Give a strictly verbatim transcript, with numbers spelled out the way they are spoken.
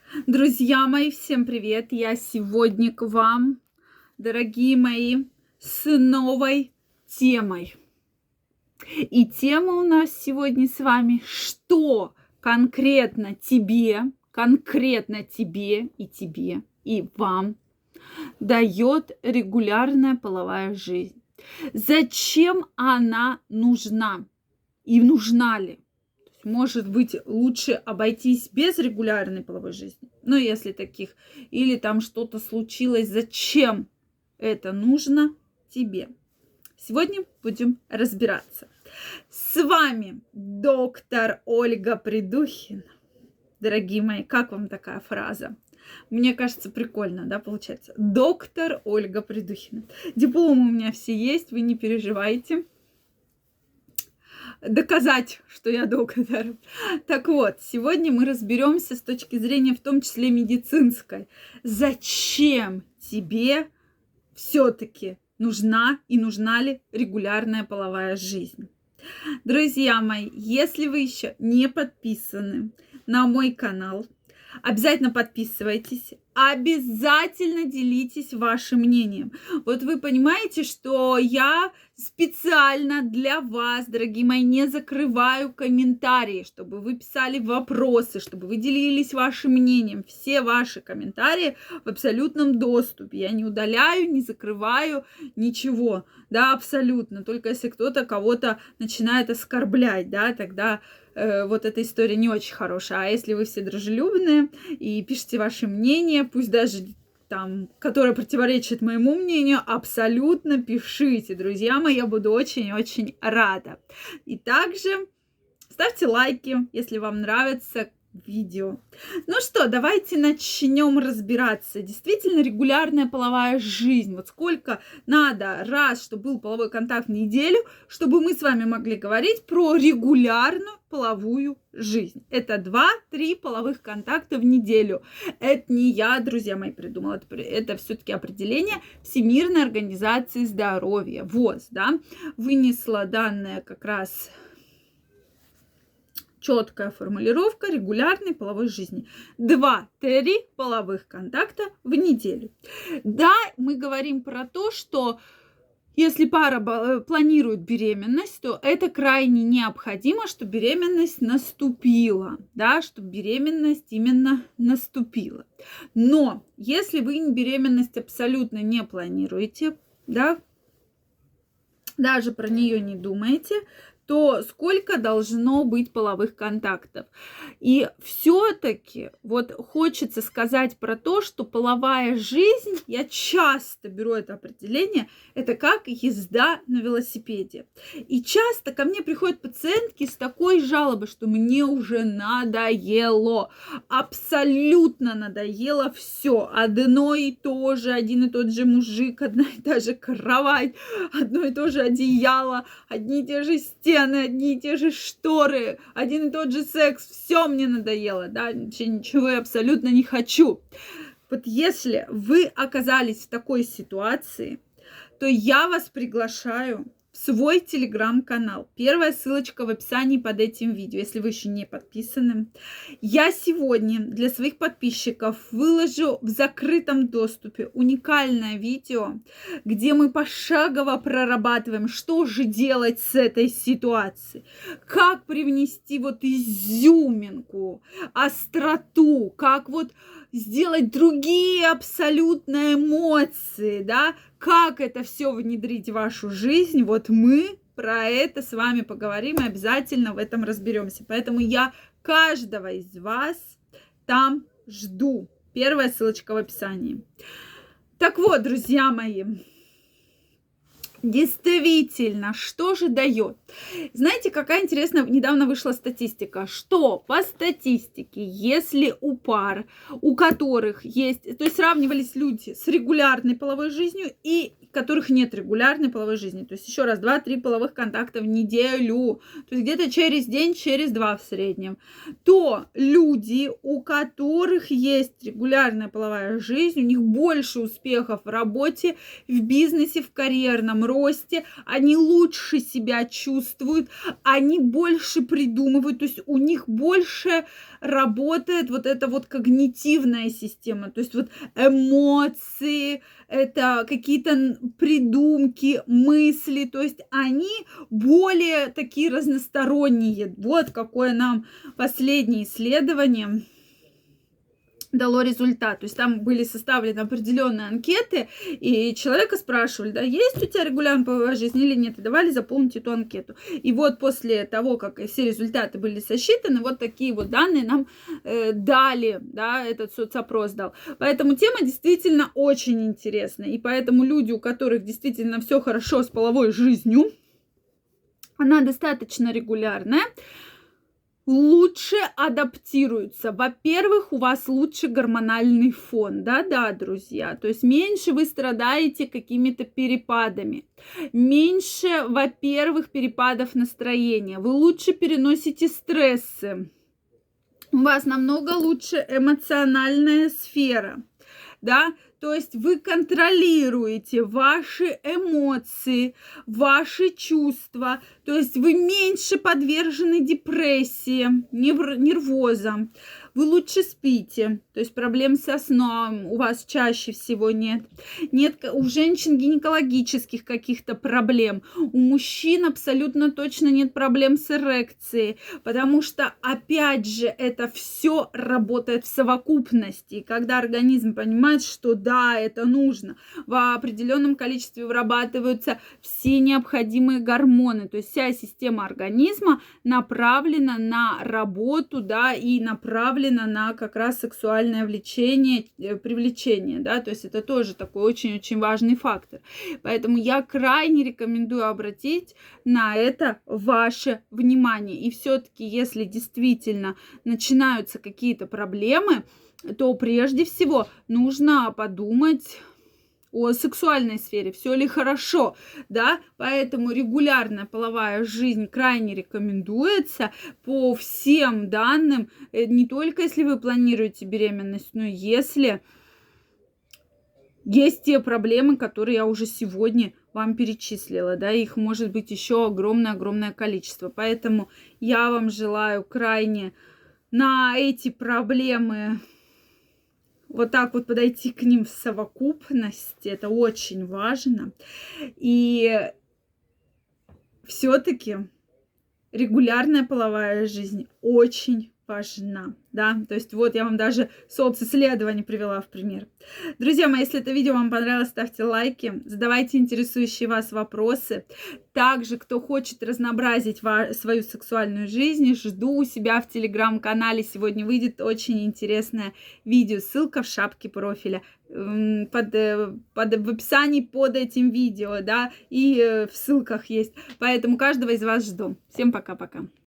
Друзья мои, всем привет! Я сегодня к вам, дорогие мои, с новой темой. И тема у нас сегодня с вами, что конкретно тебе, конкретно тебе и тебе, и вам дает регулярная половая жизнь. Зачем она нужна? И нужна ли? Может быть, лучше обойтись без регулярной половой жизни, ну, если таких, или там что-то случилось, зачем это нужно тебе? Сегодня будем разбираться. С вами доктор Ольга Придухина. Дорогие мои, как вам такая фраза? Мне кажется, прикольно, да, получается? Доктор Ольга Придухина. Дипломы у меня все есть, вы не переживайте. Доказать, что я доктор. Так вот, сегодня мы разберемся с точки зрения, в том числе медицинской. Зачем тебе все-таки нужна и нужна ли регулярная половая жизнь? Друзья мои, если вы еще не подписаны на мой канал, обязательно подписывайтесь, обязательно делитесь вашим мнением. Вот вы понимаете, что я специально для вас, дорогие мои, не закрываю комментарии, чтобы вы писали вопросы, чтобы вы делились вашим мнением. Все ваши комментарии в абсолютном доступе. Я не удаляю, не закрываю ничего, да, абсолютно. Только если кто-то кого-то начинает оскорблять, да, тогда э, вот эта история не очень хорошая. А если вы все дружелюбные и пишите ваше мнение, пусть даже там, которое противоречит моему мнению, абсолютно пишите, друзья мои, я буду очень-очень рада. И также ставьте лайки, если вам нравится видео. Ну что, давайте начнем разбираться. Действительно, регулярная половая жизнь. Вот сколько надо раз, чтобы был половой контакт в неделю, чтобы мы с вами могли говорить про регулярную половую жизнь. Это два-три половых контакта в неделю. Это не я, друзья мои, придумала. Это, это все-таки определение Всемирной организации здоровья. ВОЗ, да, вынесла данное как раз... Четкая формулировка регулярной половой жизни. Два-три половых контакта в неделю. Да, мы говорим про то, что если пара планирует беременность, то это крайне необходимо, чтобы беременность наступила. Да, чтобы беременность именно наступила. Но если вы беременность абсолютно не планируете, да, даже про нее не думаете, то сколько должно быть половых контактов. И все-таки вот хочется сказать про то, что половая жизнь, я часто беру это определение, это как езда на велосипеде. И часто ко мне приходят пациентки с такой жалобой, что мне уже надоело, абсолютно надоело все. Одно и то же, один и тот же мужик, одна и та же кровать, одно и то же одеяло, одни и те же стены, одни и те же шторы, один и тот же секс, все мне надоело, да, ничего я абсолютно не хочу. Вот если вы оказались в такой ситуации, то я вас приглашаю в свой телеграм-канал. Первая ссылочка в описании под этим видео, если вы еще не подписаны. Я сегодня для своих подписчиков выложу в закрытом доступе уникальное видео, где мы пошагово прорабатываем, что же делать с этой ситуацией, как привнести вот изюминку, остроту, как вот сделать другие абсолютно эмоции, да, как это все внедрить в вашу жизнь, вот мы про это с вами поговорим и обязательно в этом разберемся. Поэтому я каждого из вас там жду. Первая ссылочка в описании. Так вот, друзья мои, действительно, что же дает? Знаете, какая интересная, недавно вышла статистика, что по статистике, если у пар, у которых есть, то есть сравнивались люди с регулярной половой жизнью и которых нет регулярной половой жизни, то есть еще раз, два-три половых контакта в неделю, то есть где-то через день, через два в среднем, то люди, у которых есть регулярная половая жизнь, у них больше успехов в работе, в бизнесе, в карьерном росте, они лучше себя чувствуют, они больше придумывают, то есть у них больше работает вот эта вот когнитивная система, то есть вот эмоции, это какие-то придумки, мысли, то есть они более такие разносторонние. Вот какое нам последнее исследование дало результат. То есть там были составлены определенные анкеты, и человека спрашивали, да, есть у тебя регулярная половая жизнь или нет, и давали заполнить эту анкету. И вот после того, как все результаты были сосчитаны, вот такие вот данные нам э, дали, да, этот соцопрос дал. Поэтому тема действительно очень интересная, и поэтому люди, у которых действительно все хорошо с половой жизнью, она достаточно регулярная, лучше адаптируются. Во-первых, у вас лучше гормональный фон, да-да, друзья, то есть меньше вы страдаете какими-то перепадами, меньше, во-первых, перепадов настроения, вы лучше переносите стрессы, у вас намного лучше эмоциональная сфера, да, то есть вы контролируете ваши эмоции, ваши чувства, то есть вы меньше подвержены депрессии, нервозам, вы лучше спите, то есть проблем со сном у вас чаще всего нет. Нет у женщин гинекологических каких-то проблем, у мужчин абсолютно точно нет проблем с эрекцией, потому что, опять же, это все работает в совокупности, и когда организм понимает, что да, это нужно, в определенном количестве вырабатываются все необходимые гормоны, то есть вся система организма направлена на работу, да, и направлена на как раз сексуальное влечение, привлечение, да, то есть это тоже такой очень-очень важный фактор. Поэтому я крайне рекомендую обратить на это ваше внимание. И все-таки, если действительно начинаются какие-то проблемы, то прежде всего нужно подумать о сексуальной сфере, все ли хорошо, да, поэтому регулярная половая жизнь крайне рекомендуется по всем данным, не только если вы планируете беременность, но если есть те проблемы, которые я уже сегодня вам перечислила, да, их может быть еще огромное-огромное количество, поэтому я вам желаю крайне на эти проблемы вот так вот подойти к ним в совокупности, это очень важно. И все-таки регулярная половая жизнь очень важна, да, то есть вот я вам даже социсследование привела в пример. Друзья мои, если это видео вам понравилось, ставьте лайки, задавайте интересующие вас вопросы. Также, кто хочет разнообразить свою сексуальную жизнь, жду у себя в телеграм-канале. Сегодня выйдет очень интересное видео, ссылка в шапке профиля. Под, под, в описании под этим видео, да, и в ссылках есть. Поэтому каждого из вас жду. Всем пока-пока.